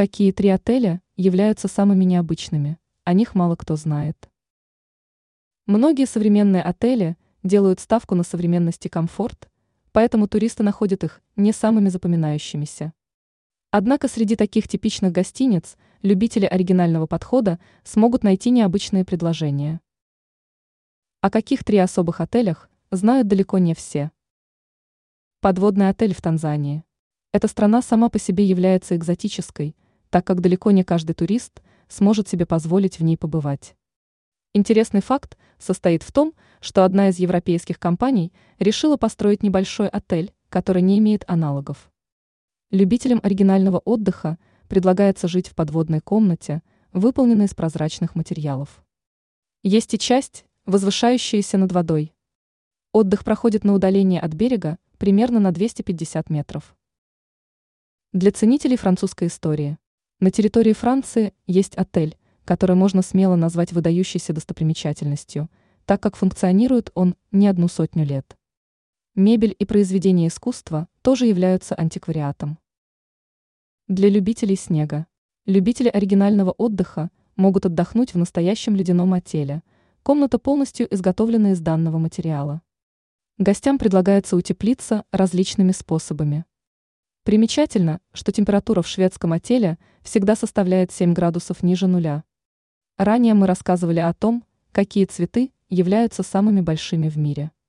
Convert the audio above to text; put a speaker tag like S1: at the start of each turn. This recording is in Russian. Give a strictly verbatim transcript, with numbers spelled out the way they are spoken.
S1: Какие три отеля являются самыми необычными? О них мало кто знает. Многие современные отели делают ставку на современность и комфорт, поэтому туристы находят их не самыми запоминающимися. Однако среди таких типичных гостиниц любители оригинального подхода смогут найти необычные предложения. О каких три особых отелях знают далеко не все. Подводный отель в Танзании. Эта страна сама по себе является экзотической, так как далеко не каждый турист сможет себе позволить в ней побывать. Интересный факт состоит в том, что одна из европейских компаний решила построить небольшой отель, который не имеет аналогов. Любителям оригинального отдыха предлагается жить в подводной комнате, выполненной из прозрачных материалов. Есть и часть, возвышающаяся над водой. Отдых проходит на удалении от берега примерно на двести пятьдесят метров. Для ценителей французской истории. На территории Франции есть отель, который можно смело назвать выдающейся достопримечательностью, так как функционирует он не одну сотню лет. Мебель и произведения искусства тоже являются антиквариатом. Для любителей снега. Любители оригинального отдыха могут отдохнуть в настоящем ледяном отеле. Комната полностью изготовлена из данного материала. Гостям предлагается утеплиться различными способами. Примечательно, что температура в шведском отеле всегда составляет семь градусов ниже нуля. Ранее мы рассказывали о том, какие цветы являются самыми большими в мире.